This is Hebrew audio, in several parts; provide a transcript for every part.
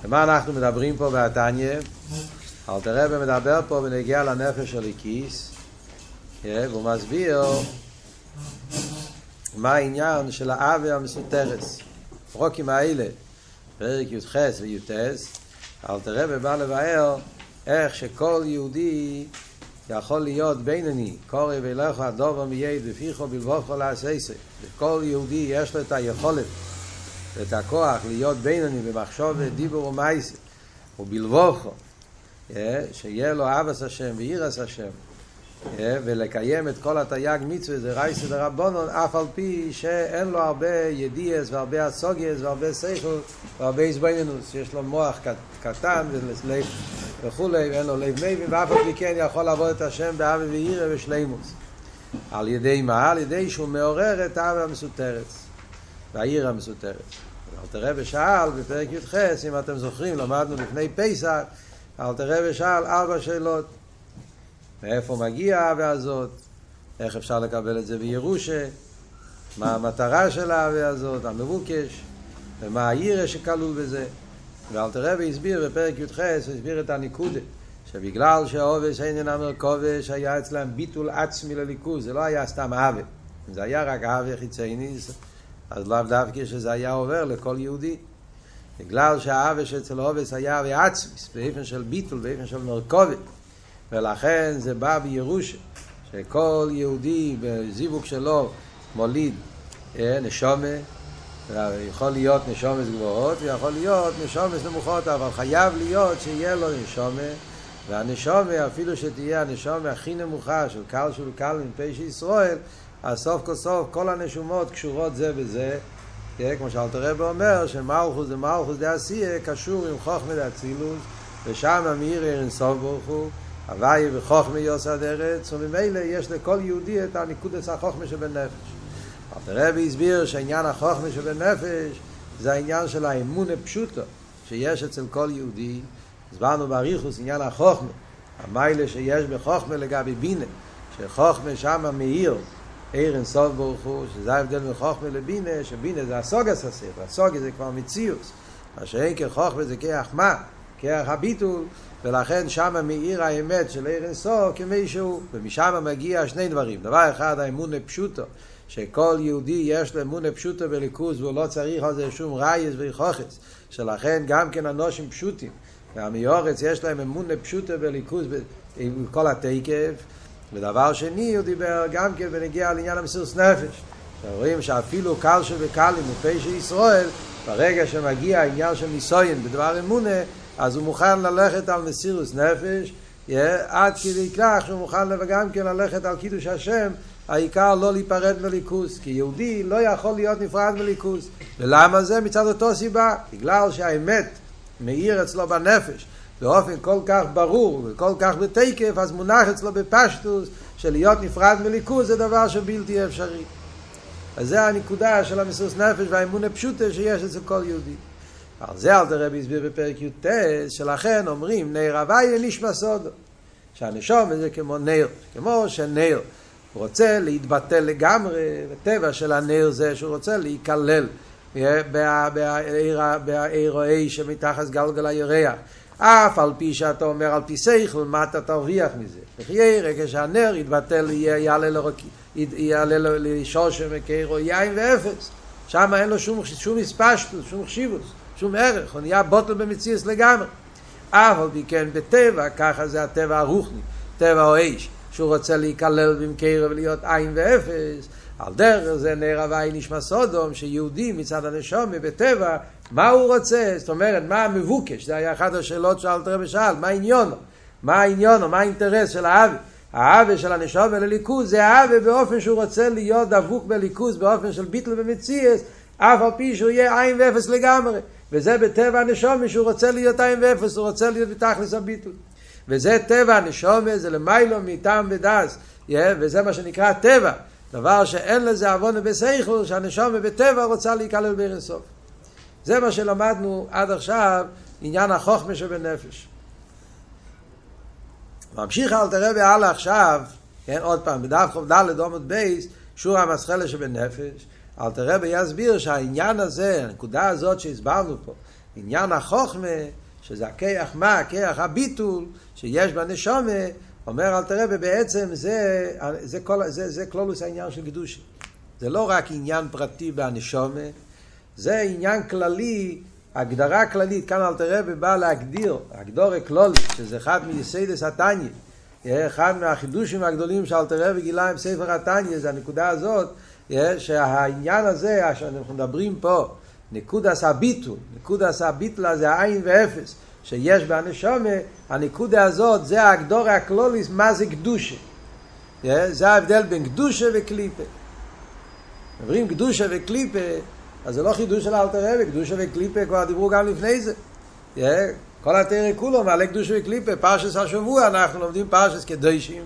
ומה אנחנו מדברים פה בתניא? אלתר רבי מדבר פה בנגיע לנפש הליקיס, והוא מסביר מה העניין של האווה המסותרס. פרוקים האלה, פרק י"ח וי"ט, אלתר רבי בא לבאר איך שכל יהודי יכול להיות בינוני, קורא ואליך הדובר מייד בפיחו בלבובכו לעשייסה. וכל יהודי יש לו את היכולת ואת הכוח להיות בינוני במחשוב ודיבור ומעשה ובלבובכו, שיהיה לו אהבת השם ויראת השם, ולקיים את כל התרי"ג מצוות זה רייסא דרבנן, אף על פי שאין לו הרבה ידיעס והרבה הסוגיה והרבה שכל והרבה התבוננות, שיש לו מוח קטן ולב וכולי, ואין לו לב מבין, ואף על פי כן יכול לעבוד את השם באהבה ויראה ושלימות. על ידי מה? על ידי שהוא מעורר את האהבה המסותרת והיראה המסותרת. אלתר רבי שאל בפרק י"ח, אם אתם זוכרים, למדנו לפני פסח, אלתר רבי שאל 4 שאלות. מאיפה מגיע האהבה הזאת? איך אפשר לקבל את זה בירושה? מה המטרה של האהבה הזאת, המבוקש? ומה היראה שכלול בזה? ואלתר רבי הסביר בפרק י"ח, הסביר את הניקודה, שבגלל שהאובש איננה מרכובש, היה אצלם ביטול עצמי לליכוז. זה לא היה סתם אהבה. אם זה היה רק אהבה חיצוני, אז לאו דווקא שזה היה עובר לכל יהודי. בגלל שהאהבה שאצל האובש היה אהבה עצמי, באופן של ביטול, באופן של מרכובת. ולכן זה בא בירושה, שכל יהודי בזיווג שלו מוליד נשומה, יכול להיות נשומות גבוהות ויכול להיות נשומות נמוכות, אבל חייב להיות שיהיה לו נשומה, והנשומה אפילו שתהיה הנשומה הכי נמוכה של קל של קל מפי שישראל, אז סוף כל סוף כל הנשומות קשורות זה בזה, כמו שאלתר רבי אומר שמלכוס זה מלכוס דעשייה קשור עם חוכמה דאצילוס, ושם מאיר אין סוף ברוך הוא הוואי וחוכמה יוסד ארץ, וממילא יש לכל יהודי את הנקודת החוכמה שבנפש. אלתר רבי הסביר שהעניין החוכמה שבנפש זה העניין של האמונה פשוטו שיש אצל כל יהודי. הסברנו באריכות עניין החוכמה, המיילה שיש בחוכמה לגבי בינה, שחוכמה שם מאיר עיר אין סוף ברוך הוא, שזה ההבדל מחוכמה לבינה, שבינה זה הסוגס השכל, הסוגס זה כבר מציאוס, מה שאין כחוכמה זה כרך מה, כרך הביטול, ולכן שם מאיר האמת של עיר אין סוף כמישהו, ומשם מגיע שני דברים. דבר אחד, האמונה פשוטו, שכל יהודי יש לו אמונה פשוטו בליכוז, והוא לא צריך על זה שום רייס ויכוחס, שלכן גם כן אנושים פשוטים והמיורץ יש להם אמונה פשוטו בליכוז עם כל התקף. ודבר שני, הוא דיבר גם כן ונגיע לעניין המסירות נפש, רואים שאפילו קל שבקלים מפי שישראל, ברגע שמגיע העניין של ניסויין בדבר אמונה, אז הוא מוכן ללכת על מסירות נפש, עד כדי כך שהוא מוכן גם כן ללכת על קידוש השם, העיקר לא להיפרד מליכוז, כי יהודי לא יכול להיות נפרד מליכוז. ולמה זה? מצד אותו סיבה, בגלל שהאמת מאיר אצלו בנפש באופן כל כך ברור וכל כך בתקף, אז מונח אצלו בפשטוס של להיות נפרד מליכוז זה דבר שבלתי אפשרי. אז זה הנקודה של המסירות נפש והאמונה פשוטה שיש אצל כל יהודי. על זה אלתר רבי הסביר בפרק י"ט, שלכן אומרים נר הוויה נשמע סודו, שהנשום זה כמו נר, כמו שנר רוצה להתבטל לגמרי, הטבע של הנר זה שהוא רוצה להיכלל בעירועי שמתחת גלגל הירח, אף על פי שאתה אומר על פי שכל, מה אתה תרוויח מזה? וכי רגע שהנר יתבטל יעלה לשושם וכאירו יין ואפס, שם אין לו שום הספשטות, שום חשיבות, שום ערך, הוא נהיה בוטל במציאות לגמרי. אף על פי כן בטבע, ככה זה הטבע הרוחני, טבע או איש, שהוא רוצה להיכלל במקרה ולהיות עין ואפס. על דרך זה נר הוויה נשמע סודום, שיהודי מצד הנשמה בטבע, מה הוא רוצה? זאת אומרת, מה המבוקש? זה היה אחת השאלות שאלתר רבי שאל, מה עניינו? מה העניינו? מה האינטרס של האהבה? האהבה של הנשמה לליכוז זה האהבה באופן שהוא רוצה להיות דבוק בליכוז, באופן של ביטל ומציאס, אף על פי שהוא יהיה עין ואפס לגמרי. וזה בטבע הנשמה, שהוא רוצה להיות עין ואפס, הוא רוצה להיות בתכלס הביטל. וזה טבע הנשמה, זה למיילו מטעם ודס, וזה מה שנקרא טבע, דבר שאין לזה עוונה בשכל, שהנשמה בטבע רוצה להיכלל בעיר אינסוף. זה מה שלמדנו עד עכשיו, עניין החוכמה שבנפש. ממשיך אלתר רבי הלאה עכשיו, כן, עוד פעם, בדף ח"ד עמוד בייס, שור המסחלה שבנפש, אלתר רבי יסביר שהעניין הזה, הנקודה הזאת שהסברנו פה, עניין החוכמה, שזה הכיח מה? הכיח הביטול, שיש בנשמה, אומר אלתר רבי בעצם זה כלולוס העניין של קדושה. זה לא רק עניין פרטי בנשמה, זה עניין כללי, הגדרה כללית. כאן אלתר רבי בא להגדיר, הגדרה כלולית, שזה אחד מיסודות התניא, אחד מהחידושים הגדולים שאלתר רבי גילה עם ספר התניא, זה הנקודה הזאת, שהעניין הזה שאנחנו מדברים פה, נקודס הביטול, נקודס הביטול זה העין ואפס שיש בנשמה, הנקודה הזאת זה הגדרה הכלולית, מה זה קדושה. זה ההבדל בין קדושה וקליפה. אומרים קדושה וקליפה, אז זה לא חידוש של אלתר רבי, קדושה וקליפה כבר דיברו גם לפני זה. כל התורה כולו מעלה קדושה וקליפה, פרשת השבוע אנחנו לומדים פרשת קדושים,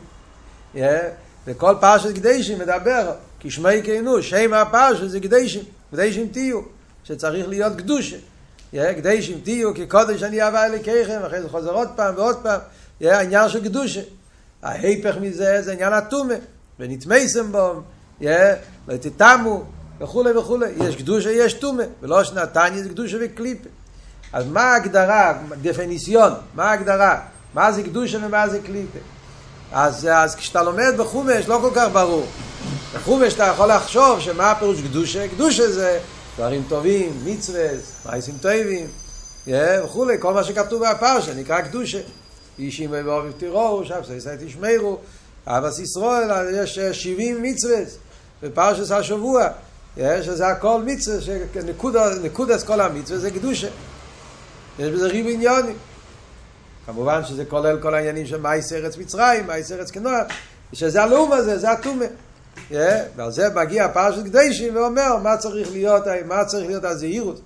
וכל פרשת קדושים מדבר, כשמי כנו, שם הפרשת זה קדושים, קדושים תהיו, שצריך להיות קדושה. קדושים תהיו, כי קודש אני אהבה אלוקיכם, אחרי זה חוזר עוד פעם ועוד פעם, העניין של קדושה. ההיפך מזה זה עניין התומה, ונתמייסם בו, לא תתמו, וכו' וכו'. יש קדושה, יש תומה, ולא שנתניה זה קדושה וקליפה. אז מה ההגדרה, דפיניסיון, מה ההגדרה? מה זה קדושה ומה זה קליפה? אז כשאתה לומד בחומש לא כל כך ברור. בחומש אתה יכול לחשוב שמה הפירוש קדושה? קדושה זה דברים טובים, מצוות, מעשים טובים, וכו'. כל מה שכתוב בפרשה נקרא קדושה. אישים ואוהבים תיראו, שבסי תשמרו, אהבת ישראל, יש 70 מצוות בפרשת השבוע, שזה הכל מצווה, נקודס כל המצווה זה קדושה. יש בזה ריב עניונים. כמובן שזה כולל כל העניינים של מייס ארץ מצרים, מייס ארץ כנען, שזה הלאום הזה, זה התומה. ועל זה מגיע פרשת קדושים ואומר מה צריך להיות הזהירות.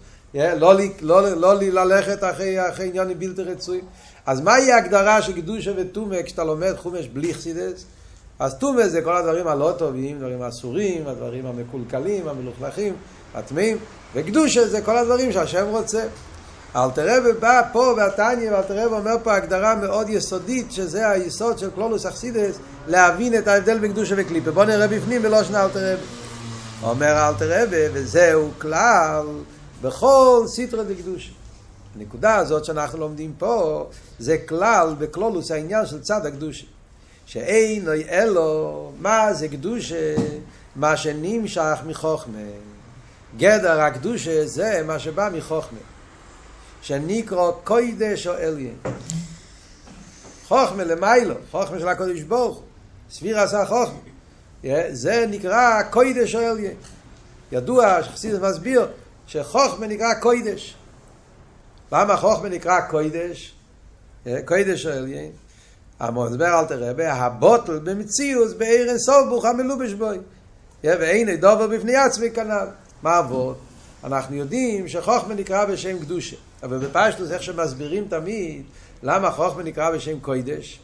לא ללכת אחרי עניינים בלתי רצויים. אז מהי ההגדרה של קדושה ותומה כשאתה לומד חומש בלי חסידות? אז תומה זה כל הדברים הלא טובים, דברים אסורים, הדברים המקולקלים, המלוכלכים, הטמאים, וקדושה זה כל הדברים שהשם רוצה. אלתר רבי בא פה בתניא, ואלתר רבי אומר פה הגדרה מאוד יסודית, שזה היסוד של כלולוס החסידות, להבין את ההבדל בין קדושה וקליפה. בוא נראה בפנים ולא שנה אלתר רבי. אומר אלתר רבי, וזהו כלל בכל סתרא דקדושה. הנקודה הזאת שאנחנו לומדים פה, זה כלל בכלולוס העניין של צד הקדושה. שאין אלו, מה זה קדושה? מה שנמשך מחוכמה. גדר הקדושה זה מה שבא מחוכמה. שנקרא קודש או עליון. חוכמה למיילו, חוכמה של הקודש ברוך הוא, ספירה עשה חוכמה. זה נקרא קודש או עליון. ידוע שחסידות מסביר שחוכמה נקרא קודש. למה חוכמה נקרא קודש? קודש או עליון. המוסבר אלתר רבי, הבוטל במציאות בעיר אין סוף ברוך המלובש בוי. ואין דובר בפני עצמי כנ"ל. מה עבוד? אנחנו יודעים שחוכמה נקרא בשם קדושה. אבל בפשטוס איך שמסבירים תמיד למה חוכמה נקרא בשם קודש?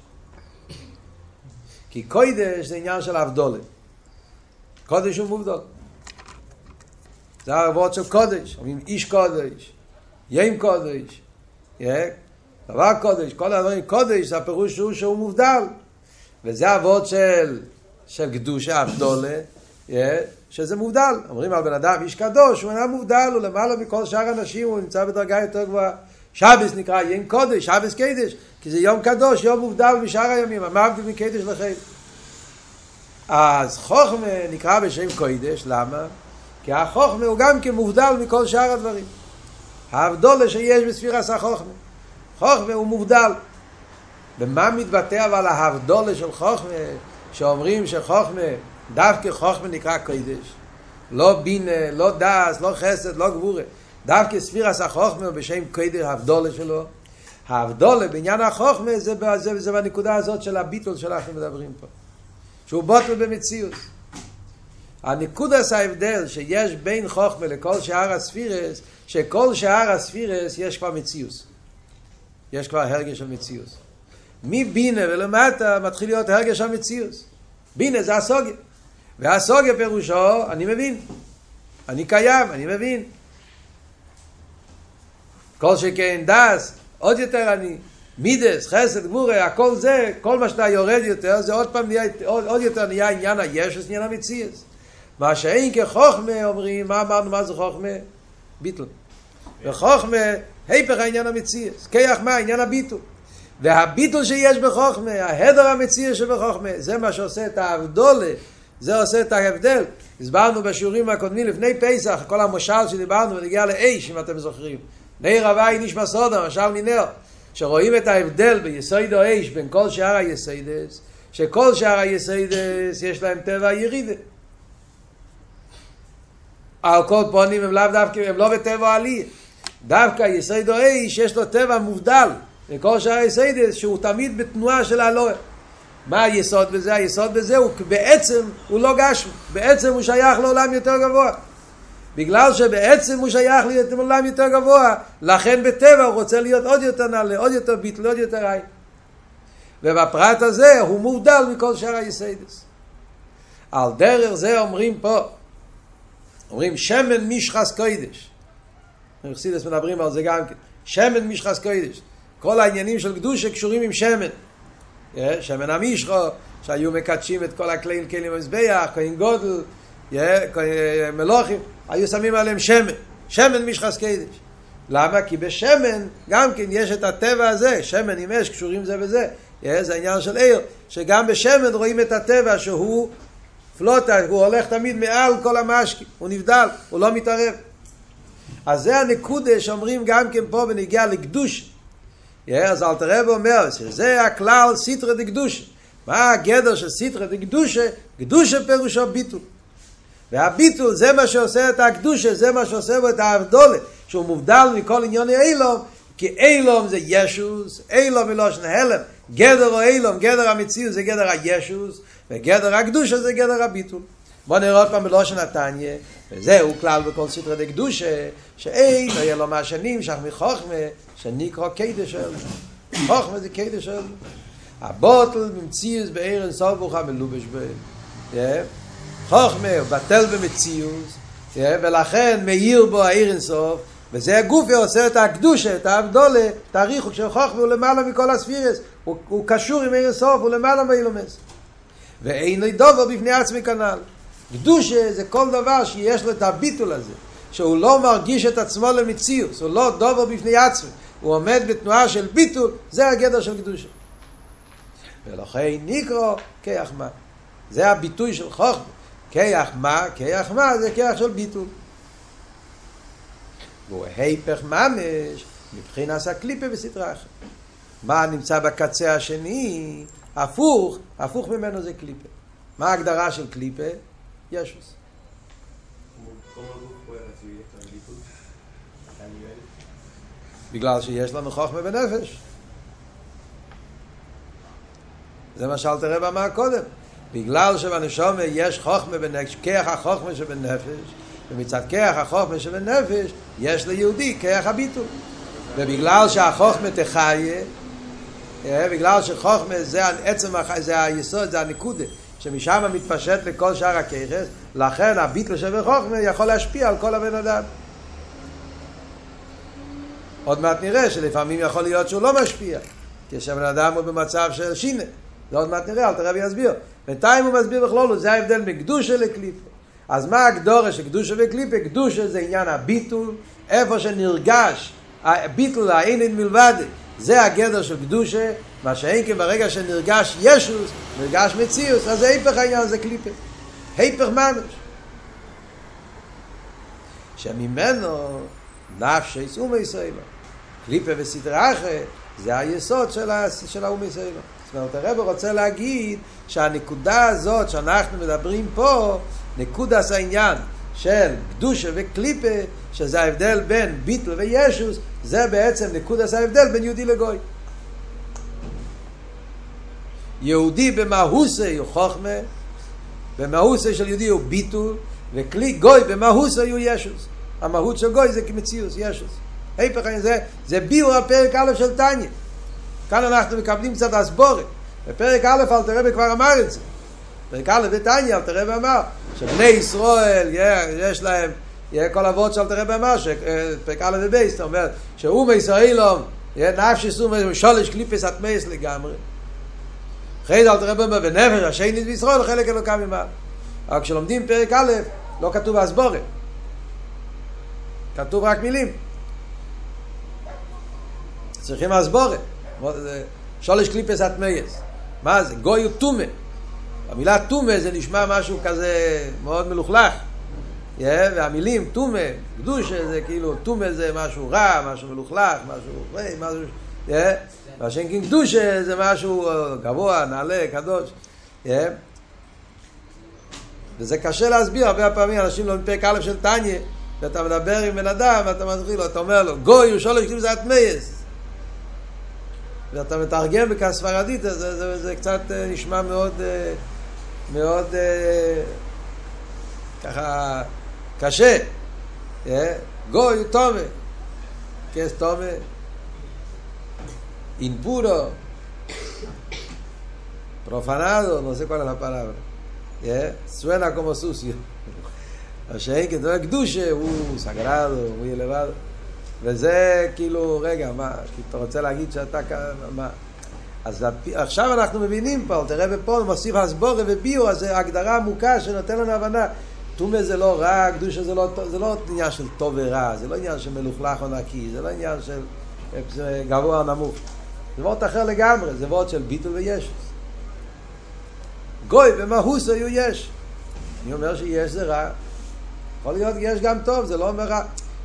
כי קודש זה עניין של הבדלה. קודש הוא מובדל. זה העבוד של קודש. אומרים איש קודש, ים קודש, דבר קודש, כל הדברים קודש זה הפירוש שהוא מובדל. וזה העבוד של קדושה, הבדלה, שזה מובדל. אומרים על בן אדם איש קדוש, הוא אינה מובדל, הוא למעלה מכל שאר האנשים, הוא נמצא בדרגה יותר גבוהה. שבס נקרא יום קודש, שבס קדש, כי זה יום קדוש, יום מובדל משאר הימים, אמרתי מקדש לחיים. אז חוכמה נקרא בשם קודש, למה? כי החוכמה הוא גם כמובדל מכל שאר הדברים. ההבדלה שיש בספירה עשה חוכמה. חוכמה הוא מובדל. ומה מתבטא אבל ההבדלה של חוכמה, שאומרים שחוכמה, דווקא חוכמה נקרא קודש, לא בינה, לא דאס, לא חסד, לא גבורה, דווקא ספירה עשה חוכמה בשם קודש, ההבדלה שלו. ההבדלה בעניין החוכמה זה בנקודה הזאת של הביטול שאנחנו מדברים פה, שהוא בוטל במציאות. הנקודה ההבדל שיש בין חוכמה לכל שאר הספירס, שכל שאר הספירס יש כבר מציאות, יש כבר הרגש של מציאות. מבינה ולמטה מתחיל להיות הרגש של מציאות. בינה זה הסוגיה, והסוגיה פירושו אני מבין, אני קיים, אני מבין. כל שכן דס עוד יותר אני, מידס, חסד, גבורה, הכל זה, כל מה שאתה יורד יותר זה עוד פעם נהיה, עוד יותר נהיה עניין הישס, עניין המציאות. מה שאין כחוכמה אומרים, מה אמרנו מה זה חוכמה? ביטל. וחוכמה היפך העניין המציאס. כיח מה? עניין הביטול. והביטול שיש בחוכמה, ההדר המציאס שבחוכמה, זה מה שעושה את ההבדולה, זה עושה את ההבדל. הסברנו בשיעורים הקודמים לפני פסח, כל המשל שדיברנו ונגיע לאש, אם אתם זוכרים. נר הווי נשמע סודה, משל מנר. שרואים את ההבדל ביסוד האש בין כל שאר היסודות, שכל שאר היסודות יש להם טבע ירידה. על כל פונים הם לאו דווקא, הם לא בטבע עלייה. דווקא יסוד האש יש לו טבע מובדל, וכל שאר היסודות שהוא תמיד בתנועה של אלוה. מה היסוד בזה? היסוד בזה הוא בעצם הוא לא גשמי, בעצם הוא שייך לעולם יותר גבוה. בגלל שבעצם הוא שייך לעולם יותר גבוה, לכן בטבע הוא רוצה להיות עוד יותר נעלה, עוד יותר ביטל, עוד יותר עין. ובפרט הזה הוא מובדל מכל שאר היסודות. על דרך זה אומרים פה, אומרים שמן משחס קודש. חסידות מדברים על זה גם כן. שמן משחס קודש. כל העניינים של קדושה קשורים עם שמן. שמן המשחו, שהיו מקדשים את כל הכלים במזבח, כהן גודל, מלוכים, היו שמים עליהם שמן. שמן משחס קודש. למה? כי בשמן גם כן יש את הטבע הזה, שמן עם אש קשורים זה וזה. זה העניין של עיר, שגם בשמן רואים את הטבע שהוא פלוטה, הוא הולך תמיד מעל כל המשקים, הוא נבדל, הוא לא מתערב. אז זה הנקודה שאומרים גם כן פה בנגיעה לקדוש. אז אלתר רבי אומר שזה הכלל סתרא דקדושה. מה הגדר של סתרא דקדושה? קדושה פירושו ביטול. והביטול זה מה שעושה את הקדושה, זה מה שעושה בו את ההבדולה, שהוא מובדל מכל ענייני אילום, כי אילום זה ישוס, אילום מלושן הלם, גדר או אילום, גדר המציאות זה גדר הישוס, וגדר הקדושה זה גדר הביטול. בוא נראה עוד פעם בלושן התניא, וזהו כלל בכל סתרא דקדושה, שאין לא יהיה לו מהשנים שח מחוכמה, שנקרא קדש של חוכמה זה קדש של הבוטל במציאות בעיר אינסוף ברוך המלובש בהם. חוכמה הוא בטל במציאות, ולכן מאיר בו העיר אינסוף, וזה הגוף עושה את הקדושה, את ההבדולה, תאריכו כשחוכמה הוא למעלה מכל הספירס, הוא קשור עם עיר אינסוף, הוא למעלה מאילומס. ואין לו דובר בפני עצמי כנ"ל. קדושה זה כל דבר שיש לו את הביטול הזה, שהוא לא מרגיש את עצמו למציאות, הוא לא דובר בפני עצמי, הוא עומד בתנועה של ביטול, זה הגדר של קדושה. ולכן נקרא כיח מה. זה הביטוי של חוכמה. כיח מה זה כיח של ביטול. והוא היפך ממש מבחינת הקליפה בסדרה אחרת. מה נמצא בקצה השני? הפוך ממנו זה קליפה. מה ההגדרה של קליפה? ישוס. בגלל שיש לנו חוכמה בנפש. זה מה שאלתר רבי אמר קודם. בגלל שבנשמה יש חוכמה בנפש, כיח החוכמה שבנפש, ומצד כיח החוכמה שבנפש יש ליהודי כיח הביטול. ובגלל שהחוכמה תחיה, בגלל שחוכמה זה עצם, זה היסוד, זה הנקודה, שמשם מתפשט לכל שאר הכיחס, לכן הביטול שבחוכמה יכול להשפיע על כל הבן אדם. עוד מעט נראה שלפעמים יכול להיות שהוא לא משפיע, כשבן אדם הוא במצב של שינה. זה עוד מעט נראה, אלתר רבי יסביר. בינתיים הוא מסביר בכללות, זה ההבדל מקדושה לקליפה. אז מה הגדורה של קדושה וקליפה? קדושה זה עניין הביטול, איפה שנרגש הביטול האין מלבד, זה הגדר של קדושה, מה שאין כי ברגע שנרגש ישוס, נרגש מציאוס, אז זה היפך העניין, זה קליפה. היפך ממש. שממנו נפשי אומי ישראל. קליפה וסדרה אחרת, זה היסוד של האומי ישראל. זאת אומרת, הרב רוצה להגיד שהנקודה הזאת שאנחנו מדברים פה, נקודת העניין של קדושה וקליפה, שזה ההבדל בין ביטל וישוס, זה בעצם נקודת ההבדל בין יהודי לגוי. יהודי במהוסה הוא חוכמה, במהוסה של יהודי הוא ביטול, וגוי במהוסה הוא ישוס. המהות של גוי זה כמציאוס, ישוס. היפך, זה ביור על פרק א' של תניא. כאן אנחנו מקבלים קצת הסבורת. בפרק א' אלתר רבי כבר אמר את זה. פרק א' בתניא אלתר רבי אמר שבני ישראל יש להם כל אבות של אלתר רבי אמר שפרק א' ובייס, זאת אומרת שאום ישראלום נפשי סום שולש קליפס אטמייס לגמרי. אחרי זה אלתר רבי אומר בנפש השני בישראל חלק אלוקם ממעל. אבל כשלומדים פרק א' לא כתוב הסבורת, כתוב רק מילים. צריכים הסבורה. שולש קליפס אטמייס. מה זה? גוי הוא תומה. המילה תומה זה נשמע משהו כזה מאוד מלוכלך. והמילים תומה, קדושה זה כאילו, תומה זה משהו רע, משהו מלוכלך, משהו... והשנקין קדושה זה משהו גבוה, נעלה, קדוש. וזה קשה להסביר, הרבה פעמים אנשים לא מפרק א' של תניה, ואתה מדבר עם בן אדם, ואתה מתחיל לו, אתה אומר לו, גוי הוא שולש קליפס אטמייס. ואתה מתרגם בכספרדית, זה קצת נשמע מאוד ככה קשה. גוי תומה, כס תומה, impuro, profanado, no sé cuál es la palabra. Suena como sucio. השאין כתוב קדושה הוא סגרדו, הוא elevado. וזה כאילו, רגע, מה, כי אתה רוצה להגיד שאתה מה? אז עכשיו אנחנו מבינים פה, תראה ופה, מוסיף הסבורה וביור, אז זה הגדרה עמוקה שנותן לנו הבנה. תומה זה לא רע, קדושה זה לא עניין של טוב ורע, זה לא עניין של מלוכלך או נקי, זה לא עניין של גבוה או נמוך. זה וורט אחר לגמרי, זה וורט של ביטול ויש. גוי במהוס היו יש. אני אומר שיש זה רע. יכול להיות יש גם טוב, זה לא אומר רע.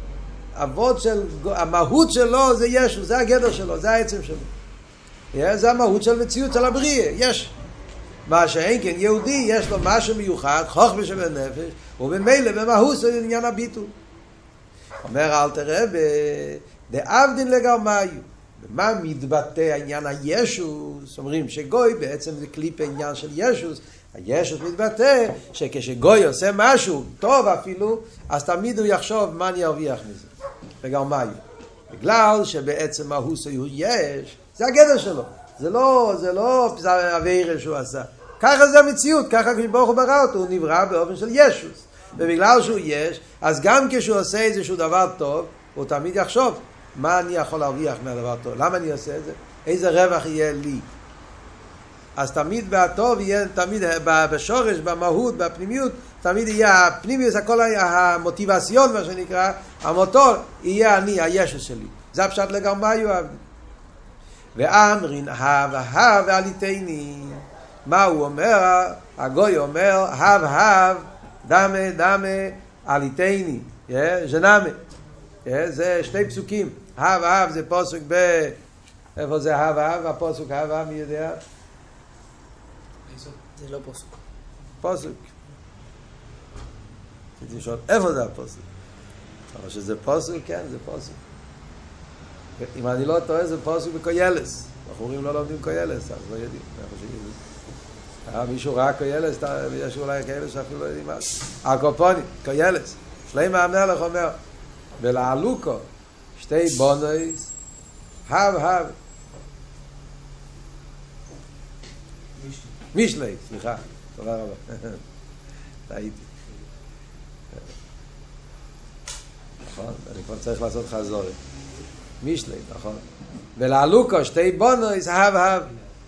המהות שלו זה יש, זה הגדר שלו, זה העצם שלו. זה המהות של מציאות של הבריאה, יש. מה שאין כן יהודי יש לו משהו מיוחד, חוכמה שבנפש, ובמילא במהות זה עניין הביטול. אומר אל תראה, דאבדין לגרמיו. במה מתבטא העניין הישוס? אומרים שגוי בעצם זה קליפ העניין של ישוס. הישוס מתבטא שכשגוי עושה משהו טוב אפילו, אז תמיד הוא יחשוב מה אני ארוויח מזה. וגם מה יהיה. בגלל שבעצם מהוס הוא יש, זה הגדר שלו. זה לא עבירה שהוא עשה. ככה זה המציאות, ככה כשברוך הוא ברא אותו, הוא נברא באופן של ישוס. ובגלל שהוא יש, אז גם כשהוא עושה איזשהו דבר טוב, הוא תמיד יחשוב מה אני יכול להרוויח מהדבר טוב. למה אני עושה את זה? איזה רווח יהיה לי? אז תמיד בטוב יהיה, תמיד בשורש, במהות, בפנימיות, תמיד יהיה הפנימיות, הכל המוטיבציון, מה שנקרא, המוטור, יהיה אני, הישו שלי. זה הפשט לגמרי יואב. ואמרין, הב ועליתני. מה הוא אומר? הגוי אומר, הב, דמה, עליתני. ז'נמה. זה שתי פסוקים. הב, זה פסוק איפה זה הב, הפסוק הב, מי יודע? זה לא פסוק. פסוק. רציתי לשאול, איפה זה הפסוק? אבל שזה פסוק, כן, זה פסוק. אם אני לא טועה, זה פסוק בקוילס. בחורים לא לומדים קוילס, אז לא יודעים. מישהו ראה קוילס, יש אולי קוילס שאפילו לא יודעים מה. הקופונים, קוילס. שלמה המלך אומר, ולעלוקו, שתי בונויס, הב. מישלי, סליחה, תודה רבה. טעיתי. נכון? אני כבר צריך לעשות חזורי. מישלי, נכון? ולעלוקו שתי בונויס, הב.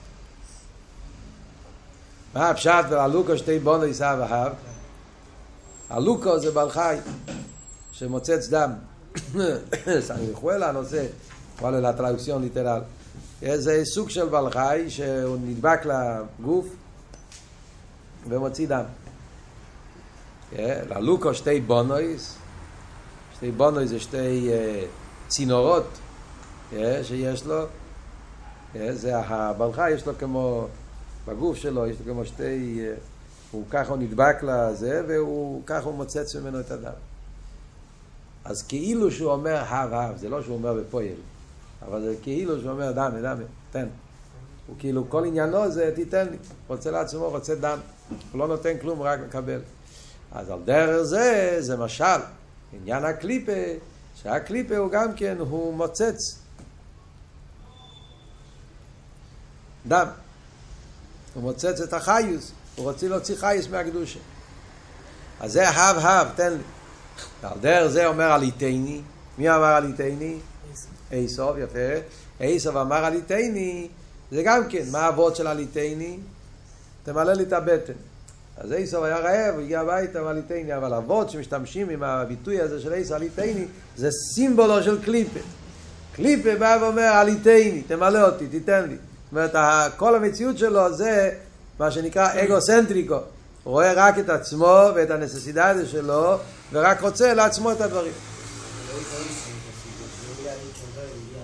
מה הפשט ולעלוקו שתי בונויס, הב? הלוקו זה בעל חי שמוצץ דם. סנגחואלה נושא, וואלה la traducción literal. זה סוג של בעל חי שהוא נדבק לגוף ומוציא דם. ללוקו שתי בונויס. שתי בונויס זה שתי צינורות שיש לו. זה הבעל חי יש לו כמו בגוף שלו, יש לו כמו שתי, ככה הוא נדבק לזה וככה הוא מוצץ ממנו את הדם. אז כאילו שהוא אומר הב, זה לא שהוא אומר בפועל, אבל זה כאילו שהוא אומר דמה, תן. הוא כאילו כל עניינו זה תיתן לי, רוצה לעצמו, רוצה דם. הוא לא נותן כלום, רק מקבל. אז על דרך זה משל. עניין הקליפה, שהקליפה הוא גם כן, הוא מוצץ דם. הוא מוצץ את החיוס, הוא רוצה להוציא חיוס מהקדושה. אז זה הב, תן לי. על דרך זה אומר עליתני. מי אמר עליתני? איסוב, יפה. איסוב אמר עליתני, זה גם כן, מה העבוד של עליתני? תמלא לי את הבטן. אז איסוב היה רעב, הוא הגיע הביתה עליתני, אבל העבוד שמשתמשים עם הביטוי הזה של איסוב עליתני, זה סימבולו של קליפה. קליפה בא ואומר, עליתני, תמלא אותי, תיתן לי. זאת אומרת, כל המציאות שלו זה מה שנקרא אגוסנטריקו. הוא רואה רק את עצמו ואת הנססידד שלו, ורק רוצה לעצמו את הדברים.